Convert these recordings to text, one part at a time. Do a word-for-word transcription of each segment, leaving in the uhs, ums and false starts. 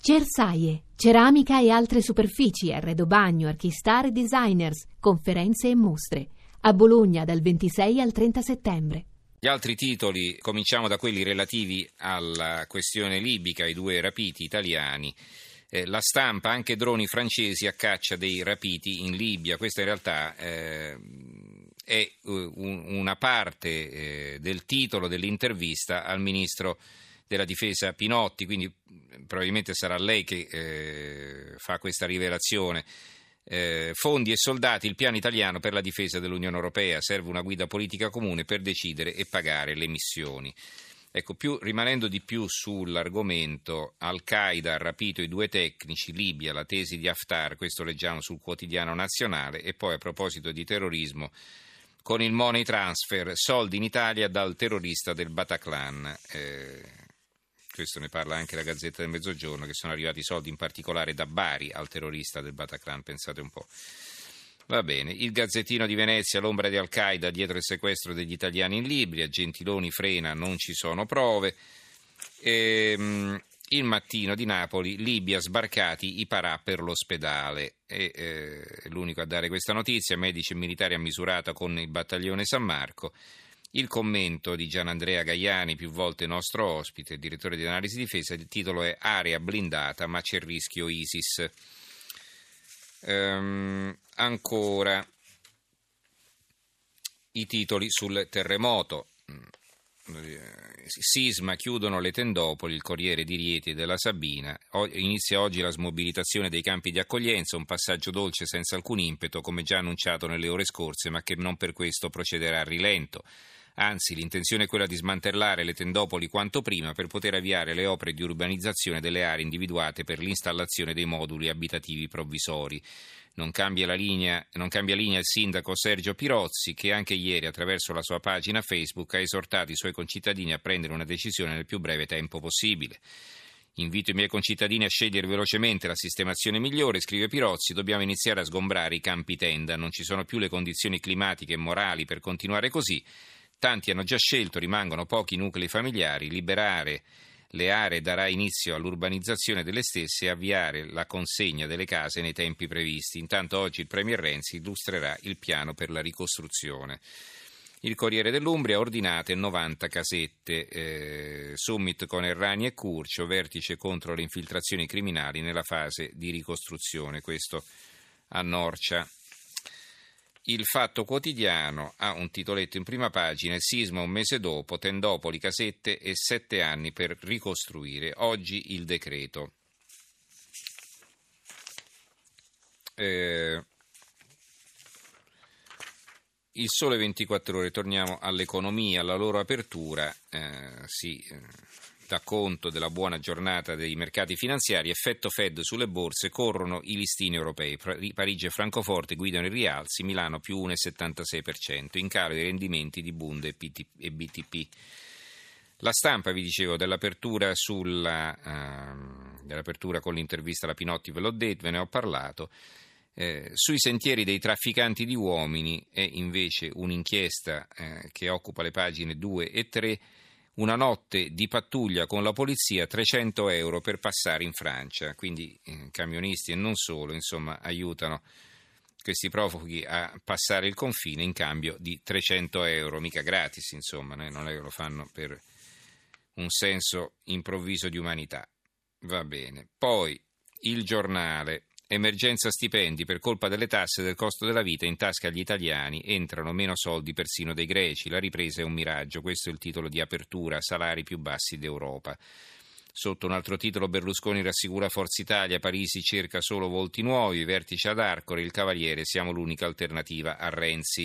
Cersaie, ceramica e altre superfici, arredo bagno, archistar e designers, conferenze e mostre. A Bologna dal ventisei al trenta settembre. Gli altri titoli, cominciamo da quelli relativi alla questione libica, i due rapiti italiani. Eh, la Stampa, anche droni francesi a caccia dei rapiti in Libia. Questa in realtà eh, è un, una parte eh, del titolo dell'intervista al ministro della difesa Pinotti, quindi probabilmente sarà lei che eh, fa questa rivelazione. Eh, fondi e soldati, il piano italiano per la difesa dell'Unione Europea, serve una guida politica comune per decidere e pagare le missioni. Ecco, più, rimanendo di più sull'argomento, Al-Qaeda ha rapito i due tecnici, Libia, la tesi di Haftar, questo leggiamo sul Quotidiano Nazionale, e poi a proposito di terrorismo, con il money transfer, soldi in Italia dal terrorista del Bataclan. Eh, Questo ne parla anche la Gazzetta del Mezzogiorno, che sono arrivati soldi in particolare da Bari al terrorista del Bataclan, pensate un po'. Va bene, il Gazzettino di Venezia, l'ombra di Al-Qaeda dietro il sequestro degli italiani in Libia, Gentiloni frena, non ci sono prove. Ehm, il Mattino di Napoli, Libia, sbarcati i parà per l'ospedale. E, eh, è l'unico a dare questa notizia, medici e militari a misurata con il battaglione San Marco. Il commento di Gianandrea Gaiani, più volte nostro ospite, direttore di analisi difesa, il titolo è Area blindata ma c'è il rischio ISIS. Ehm, ancora i titoli sul terremoto. Sisma, chiudono le tendopoli, il Corriere di Rieti e della Sabina. O, inizia oggi la smobilitazione dei campi di accoglienza, un passaggio dolce senza alcun impeto, come già annunciato nelle ore scorse, ma che non per questo procederà a rilento. Anzi, l'intenzione è quella di smantellare le tendopoli quanto prima per poter avviare le opere di urbanizzazione delle aree individuate per l'installazione dei moduli abitativi provvisori. Non cambia la linea, non cambia linea il sindaco Sergio Pirozzi, che anche ieri attraverso la sua pagina Facebook ha esortato i suoi concittadini a prendere una decisione nel più breve tempo possibile. Invito i miei concittadini a scegliere velocemente la sistemazione migliore, scrive Pirozzi, dobbiamo iniziare a sgombrare i campi tenda, non ci sono più le condizioni climatiche e morali per continuare così. Tanti hanno già scelto, rimangono pochi nuclei familiari, liberare le aree darà inizio all'urbanizzazione delle stesse e avviare la consegna delle case nei tempi previsti. Intanto oggi il Premier Renzi illustrerà il piano per la ricostruzione. Il Corriere dell'Umbria, ordinate novanta casette, eh, summit con Errani e Curcio, vertice contro le infiltrazioni criminali nella fase di ricostruzione, questo a Norcia. Il Fatto Quotidiano ha un titoletto in prima pagina, il sisma un mese dopo, tendopoli, casette e sette anni per ricostruire. Oggi il decreto. Eh, il Sole ventiquattro Ore, torniamo all'economia, alla loro apertura, eh, si eh, dà conto della buona giornata dei mercati finanziari, effetto Fed sulle borse, corrono i listini europei, Parigi e Francoforte guidano i rialzi, Milano più uno virgola settantasei per cento, in calo i rendimenti di Bund e B T P. La Stampa, vi dicevo, dell'apertura, sulla, uh, dell'apertura con l'intervista alla Pinotti, ve l'ho detto, ve ne ho parlato. Eh, sui sentieri dei trafficanti di uomini è invece un'inchiesta eh, che occupa le pagine due e tre. Una notte di pattuglia con la polizia, trecento euro per passare in Francia, quindi eh, camionisti e non solo, insomma, aiutano questi profughi a passare il confine in cambio di trecento euro, mica gratis, insomma, eh, non è che lo fanno per un senso improvviso di umanità. Va bene. Poi il Giornale. Emergenza stipendi, per colpa delle tasse e del costo della vita in tasca agli italiani, entrano meno soldi persino dei greci, la ripresa è un miraggio, questo è il titolo di apertura, salari più bassi d'Europa. Sotto un altro titolo, Berlusconi rassicura Forza Italia, Parisi cerca solo volti nuovi, vertice ad Arcore, il Cavaliere, siamo l'unica alternativa a Renzi.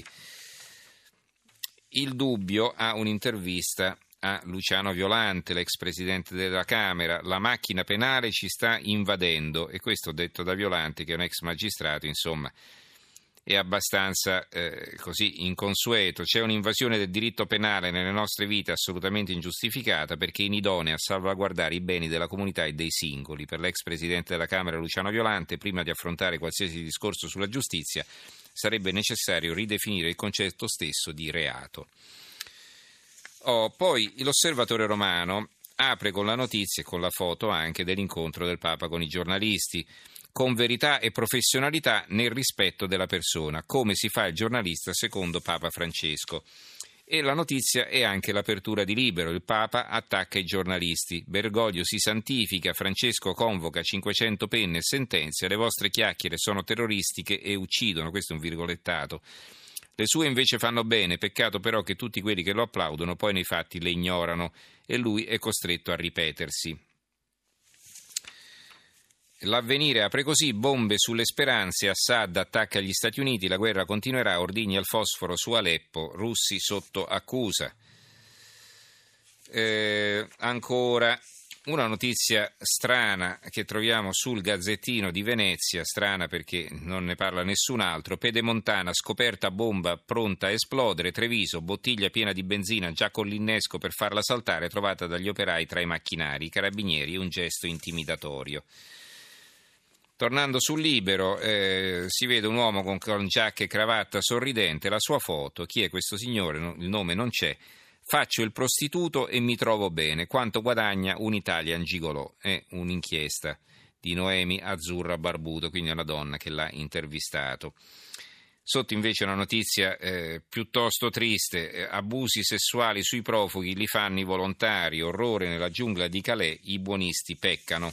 Il Dubbio ha un'intervista a Luciano Violante, l'ex presidente della Camera, la macchina penale ci sta invadendo, e questo detto da Violante, che è un ex magistrato, insomma è abbastanza eh, così inconsueto. C'è un'invasione del diritto penale nelle nostre vite assolutamente ingiustificata, perché inidonea a salvaguardare i beni della comunità e dei singoli. Per l'ex presidente della Camera Luciano Violante, prima di affrontare qualsiasi discorso sulla giustizia sarebbe necessario ridefinire il concetto stesso di reato. Oh, poi l'Osservatore Romano apre con la notizia e con la foto anche dell'incontro del Papa con i giornalisti, con verità e professionalità nel rispetto della persona, come si fa il giornalista secondo Papa Francesco. E la notizia è anche l'apertura di Libero, il Papa attacca i giornalisti, Bergoglio si santifica, Francesco convoca cinquecento penne e sentenze, le vostre chiacchiere sono terroristiche e uccidono, questo è un virgolettato. Le sue invece fanno bene, peccato però che tutti quelli che lo applaudono poi nei fatti le ignorano e lui è costretto a ripetersi. L'Avvenire apre così, bombe sulle speranze, Assad attacca gli Stati Uniti, la guerra continuerà, ordigni al fosforo su Aleppo, russi sotto accusa. Eh, ancora una notizia strana che troviamo sul Gazzettino di Venezia, strana perché non ne parla nessun altro, Pedemontana, scoperta bomba pronta a esplodere, Treviso, bottiglia piena di benzina già con l'innesco per farla saltare, trovata dagli operai tra i macchinari, i carabinieri, un gesto intimidatorio. Tornando sul Libero, eh, si vede un uomo con, con giacca e cravatta sorridente, la sua foto, chi è questo signore? No, il nome non c'è. Faccio il prostituto e mi trovo bene, quanto guadagna un Italian gigolò? È un'inchiesta di Noemi Azzurra Barbuto, quindi è una donna che l'ha intervistato. Sotto invece una notizia eh, piuttosto triste, eh, abusi sessuali sui profughi li fanno i volontari, orrore nella giungla di Calais, i buonisti peccano.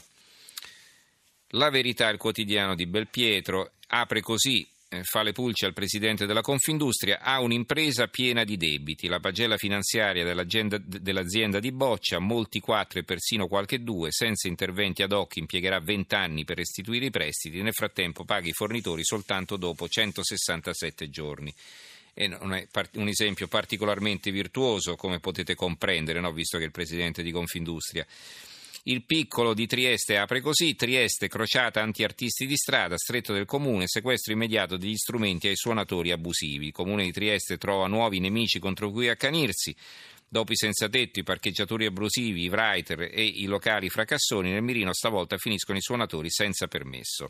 La Verità, il quotidiano di Belpietro, apre così, eh, fa le pulce al presidente della Confindustria, ha un'impresa piena di debiti, la pagella finanziaria dell'azienda di Boccia, molti quattro e persino qualche due, senza interventi ad hoc impiegherà vent'anni per restituire i prestiti, nel frattempo paga i fornitori soltanto dopo centosessantasette giorni. E non è un esempio particolarmente virtuoso, come potete comprendere, no? Visto che è il presidente di Confindustria. Il Piccolo di Trieste apre così, Trieste, crociata anti-artisti di strada, stretto del comune, sequestro immediato degli strumenti ai suonatori abusivi. Il comune di Trieste trova nuovi nemici contro cui accanirsi. Dopo i senzatetto, i parcheggiatori abusivi, i writer e i locali fracassoni, nel mirino stavolta finiscono i suonatori senza permesso.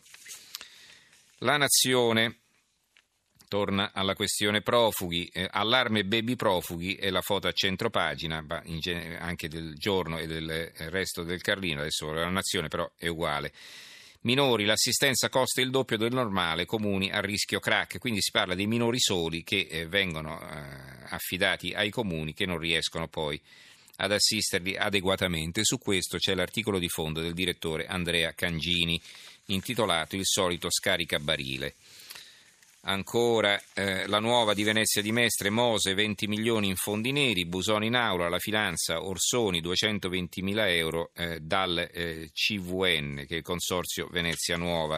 La Nazione torna alla questione profughi, eh, allarme baby profughi è la foto a centropagina, ma in genere anche del Giorno e del resto del Carlino, adesso la Nazione però è uguale. Minori, l'assistenza costa il doppio del normale, comuni a rischio crack, quindi si parla dei minori soli che eh, vengono eh, affidati ai comuni che non riescono poi ad assisterli adeguatamente. Su questo c'è l'articolo di fondo del direttore Andrea Cangini, intitolato Il solito scaricabarile. Ancora eh, la nuova di Venezia di Mestre, Mose venti milioni in fondi neri, Busoni in aula, la finanza, Orsoni duecentoventimila euro eh, dal eh, C V N, che è il consorzio Venezia Nuova.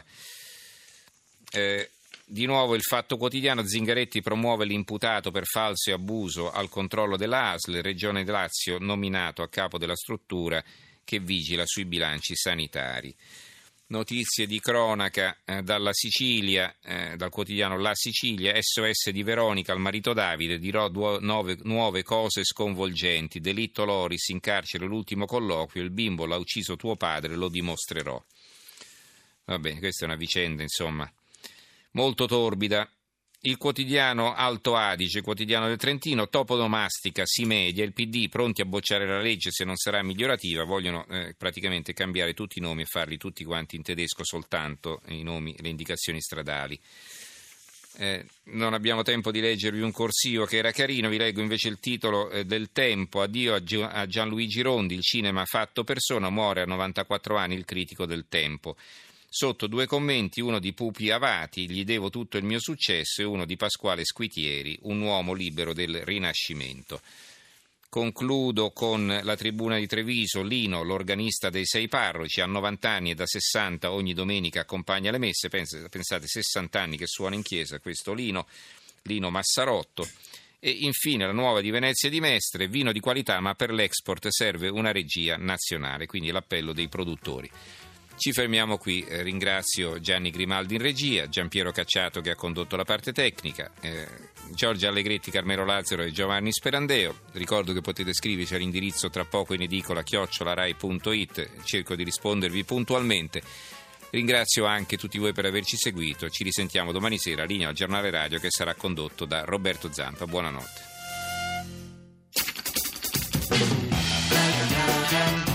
Eh, di nuovo il Fatto Quotidiano, Zingaretti promuove l'imputato per falso e abuso al controllo della A S L, Regione Lazio nominato a capo della struttura che vigila sui bilanci sanitari. Notizie di cronaca eh, dalla Sicilia, eh, dal quotidiano La Sicilia, S O S di Veronica al marito Davide, dirò duo, nove, nuove cose sconvolgenti, delitto Loris, in carcere l'ultimo colloquio, il bimbo l'ha ucciso tuo padre, lo dimostrerò. Va bene, questa è una vicenda insomma molto torbida. Il quotidiano Alto Adige, quotidiano del Trentino, toponomastica, si media, il P D pronti a bocciare la legge se non sarà migliorativa, vogliono eh, praticamente cambiare tutti i nomi e farli tutti quanti in tedesco soltanto, i nomi, le indicazioni stradali. Eh, non abbiamo tempo di leggervi un corsivo che era carino, vi leggo invece il titolo eh, del Tempo, addio a, Gi- a Gianluigi Rondi, il cinema fatto persona, muore a novantaquattro anni il critico del Tempo. Sotto due commenti, uno di Pupi Avati, gli devo tutto il mio successo, e uno di Pasquale Squitieri, un uomo libero del Rinascimento. Concludo con la Tribuna di Treviso, Lino, l'organista dei sei parroci, ha novanta anni e da sessanta ogni domenica accompagna le messe, pensate sessanta anni che suona in chiesa questo Lino, Lino Massarotto. E infine la Nuova di Venezia di Mestre, vino di qualità ma per l'export serve una regia nazionale, quindi l'appello dei produttori. Ci fermiamo qui, eh, ringrazio Gianni Grimaldi in regia, Giampiero Cacciato che ha condotto la parte tecnica, eh, Giorgia Allegretti, Carmelo Lazzaro e Giovanni Sperandeo. Ricordo che potete scriverci all'indirizzo tra poco in edicola chiocciola rai punto it, cerco di rispondervi puntualmente. Ringrazio anche tutti voi per averci seguito, ci risentiamo domani sera, linea al giornale radio che sarà condotto da Roberto Zampa. Buonanotte.